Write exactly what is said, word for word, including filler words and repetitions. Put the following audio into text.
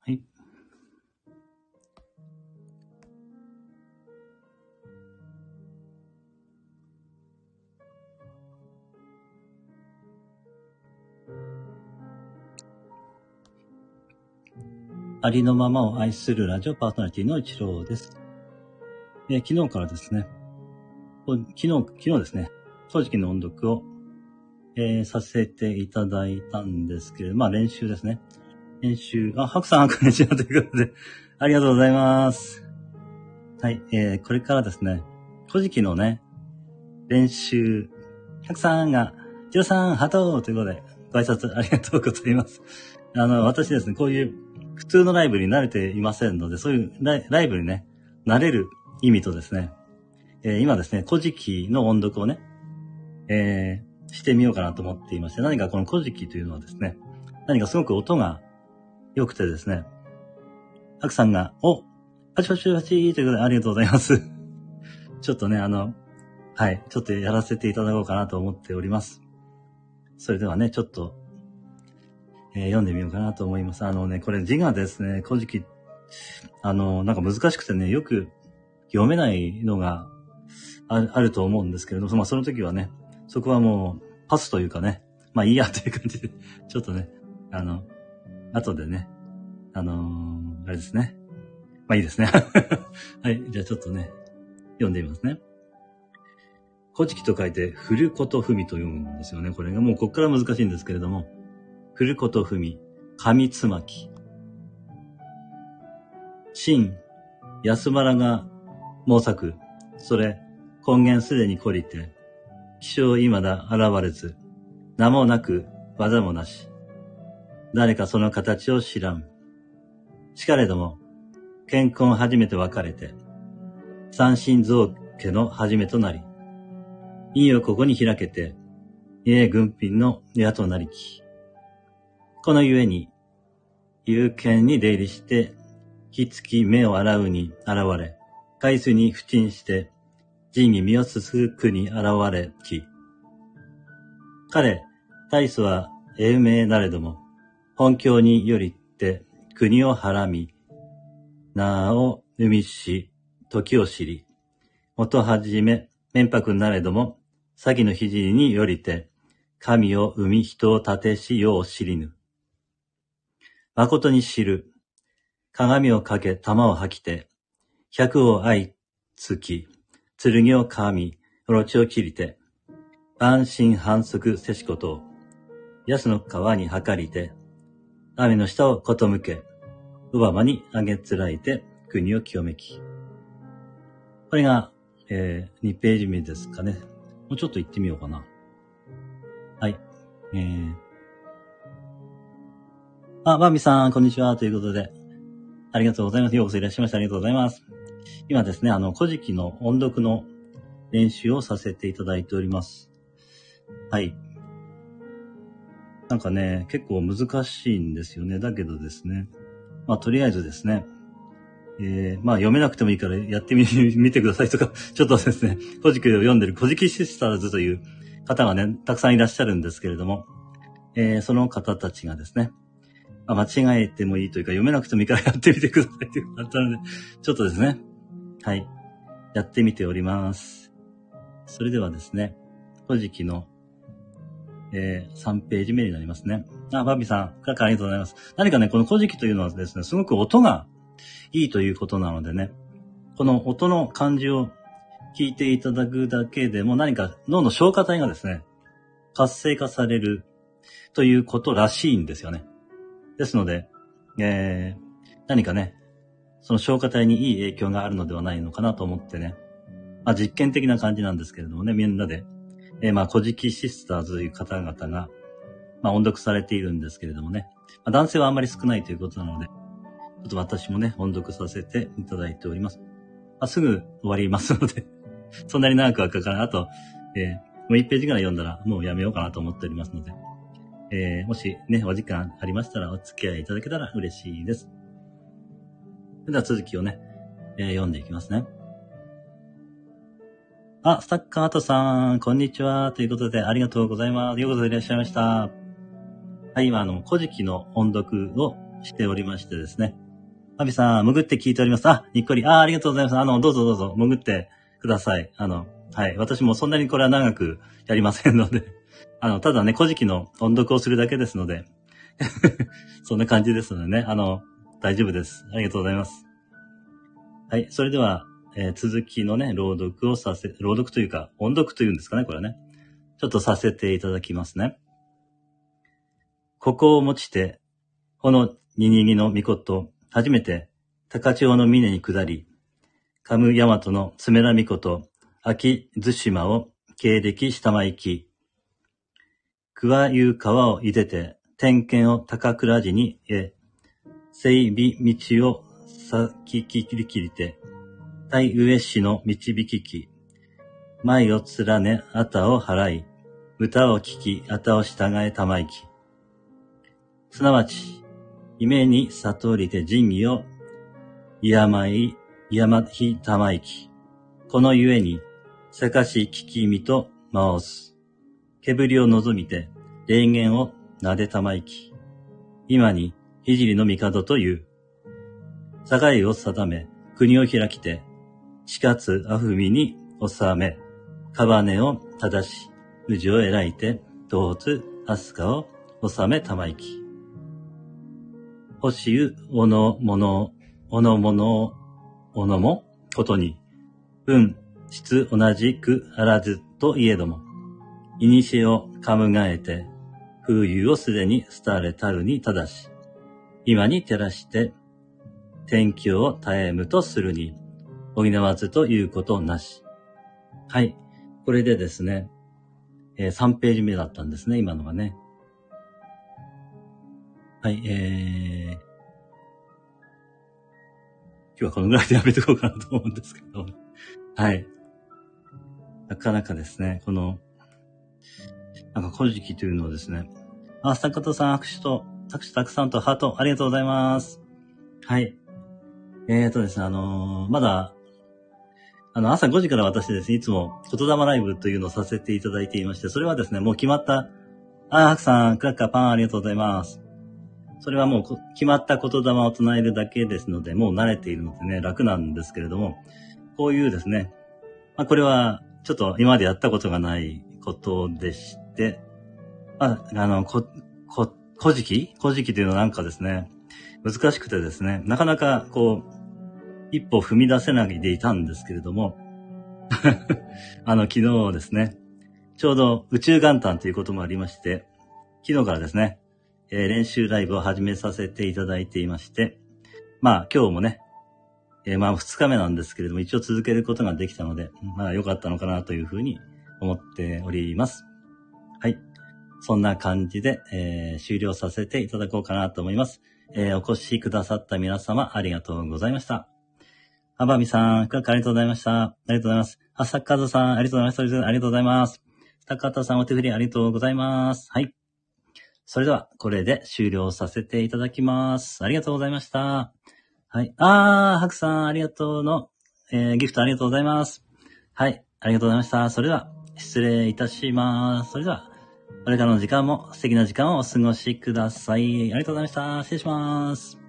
はい。ありのままを愛するラジオパーソナリティの一郎です。えー、昨日からですね、昨日、昨日ですね、古事記の音読を、えー、させていただいたんですけれど、まあ練習ですね。練習、あ、ハクさん、こんにちはということで、ありがとうございます。はい、えー、これからですね、古事記のね、練習、ハクさんが、ジロさん、ハトーということで、ご挨拶ありがとうございます。あの、私ですね、こういう普通のライブに慣れていませんので、そういうライ、ライブにね、慣れる意味とですね、えー、今ですね、古事記の音読をね、えー、してみようかなと思っていまして、何かこの古事記というのはですね、何かすごく音が良くてですね、ハクさんが、お、パチパチパチということでありがとうございます。ちょっとね、あの、はい、ちょっとやらせていただこうかなと思っております。それではね、ちょっと、えー、読んでみようかなと思います。あのね、これ字がですね、古事記、あの、なんか難しくてね、よく読めないのがある、あると思うんですけれども、まあその時はね、そこはもうパスというかね、まあいいやという感じで、ちょっとね、あの、後でね、あのー、あれですね。まあいいですね。はい、じゃあちょっとね、読んでみますね。古事記と書いて、ふることふみと読むんですよね。これがもうこっから難しいんですけれども、ふることふみ、紙つまき。真、安原が毛作、それ、根源すでに懲りて、気象未だ現れず、名もなく、技もなし。誰かその形を知らん。しかれども、健康初めて別れて、三神造家の初めとなり、意をここに開けて、家軍品の矢となりき。このゆえに、有権に出入りして、ひつき目を洗うに現れ、海水に不沈して、人に身をすすくに現れき。彼、大祖は英明なれども、本教によりって国をはらみ、名を生みし、時を知り、元はじめ、面白なれども、先の聖によりて、神を生み人を立てしよう知りぬ。誠に知る。鏡をかけ玉を吐きて、百を相つき、剣をかみ、オロチを切りて、万神反則せしことを、安の川に計りて、雨の下をことむけ、うばまにあげつらいて、国を清めき。これが、えー、にページ目ですかね。もうちょっと行ってみようかな。はい。えー、あ、バーミさん、こんにちは。ということで、ありがとうございます。ようこそいらっしゃいました。ありがとうございます。今ですね、あの、古事記の音読の練習をさせていただいております。はい。なんかね、結構難しいんですよね。だけどですね、まあ、とりあえずですね、えー、まあ、読めなくてもいいからやってみ、見てくださいとか、ちょっとですね、古事記を読んでる古事記シスターズという方がね、たくさんいらっしゃるんですけれども、えー、その方たちがですね、まあ、間違えてもいいというか、読めなくてもいいからやってみてくださいということなので、ちょっとですね、はい、やってみております。それではですね、古事記の、えー、さんページ目になりますね。あ、バービーさん、ありがとうございます。何かね、この古事記というのはですね、すごく音がいいということなのでね、この音の感じを聞いていただくだけでも何か脳の消化体がですね、活性化されるということらしいんですよね。ですので、えー、何かね、その消化体にいい影響があるのではないのかなと思ってね、まあ実験的な感じなんですけれどもね、みんなで、えー、まあ古事記シスターズという方々が、まあ音読されているんですけれどもね、まあ、男性はあんまり少ないということなので、ちょっと私もね、音読させていただいております。まあ、すぐ終わりますので、そんなに長くはかからない。あと、えー、もういちページぐらい読んだらもうやめようかなと思っておりますので、えー、もしね、お時間ありましたらお付き合いいただけたら嬉しいです。それでは続きをね、えー、読んでいきますね。あ、スタッカートさん、こんにちは。ということで、ありがとうございます。ようこそいらっしゃいました。はい、今、あの、古事記の音読をしておりましてですね。アビさん、潜って聞いております。あ、にっこり。あ、ありがとうございます。あの、どうぞどうぞ、潜ってください。あの、はい。私もそんなにこれは長くやりませんので。あの、ただね、古事記の音読をするだけですので。そんな感じですのでね。あの、大丈夫です。ありがとうございます。はい。それでは、えー、続きのね、朗読をさせ、朗読というか、音読というんですかね、これね。ちょっとさせていただきますね。ここを持ちて、このににぎのみこと、初めて、高千穂の峰に下り、カムヤマトのつめらみこと、秋津島を経歴したま行き、桑湯川をいでて、天剣を高倉寺にへ、整備道を先きりきりて、大上氏の導きき、前を連ね、あたを払い、歌を聞き、あたを従えたまいき。すなわち、夢に悟りて仁義を、いやまい、いやまひたまいき。このゆえに、せかし聞きみと回す。煙を望みて、霊言をなでたまいき。今に、ひじりの帝という。境を定め、国を開きて、死活あふみに収め、かばねを正し、宇治を描いて、東仏飛鳥を収めたまいき。星ゆおのもの、おのもの、おのもことに、運、質同じくあらずといえども、いにしえをかむがえて、風流をすでに廃れたるにただし、今に照らして、天気を絶えむとするに、補わずということなし。はい。これでですね、えー、さんページ目だったんですね、今のがね。はい、えー、今日はこのぐらいでやめておこうかなと思うんですけど。はい。なかなかですね、この、なんか古事記というのをですね、あ、坂田さん、拍手と、拍手たくさんとハート、ありがとうございます。はい。えーとですね、あのー、まだ、あの、朝ごじから私ですね、いつも言霊ライブというのをさせていただいていまして、それはですね、もう決まった、あ、ハクさん、クラッカーパンありがとうございます。それはもう決まった言霊を唱えるだけですので、もう慣れているのでね、楽なんですけれども、こういうですね、まあ、これはちょっと今までやったことがないことでして、あ、あの、こ、こ、古事記古事記というのはなんかですね、難しくてですね、なかなかこう、一歩踏み出せないでいたんですけれども、あの、昨日ですね、ちょうど宇宙元旦ということもありまして、昨日からですね、えー、練習ライブを始めさせていただいていまして、まあ今日もね、えー、まあ二日目なんですけれども、一応続けることができたので、まあ良かったのかなというふうに思っております。はい。そんな感じで、えー、終了させていただこうかなと思います。えー、お越しくださった皆様ありがとうございました。あばみさん、クラックありがとうございました。ありがとうございます。あさかずさん、ありがとうございました。ありがとうございます。高田さん、お手振りありがとうございます。はい。それでは、これで終了させていただきます。ありがとうございました。はい。あー、ハクさん、ありがとうの、えー、ギフトありがとうございます。はい。ありがとうございました。それでは、失礼いたします。それでは、これからの時間も素敵な時間をお過ごしください。ありがとうございました。失礼します。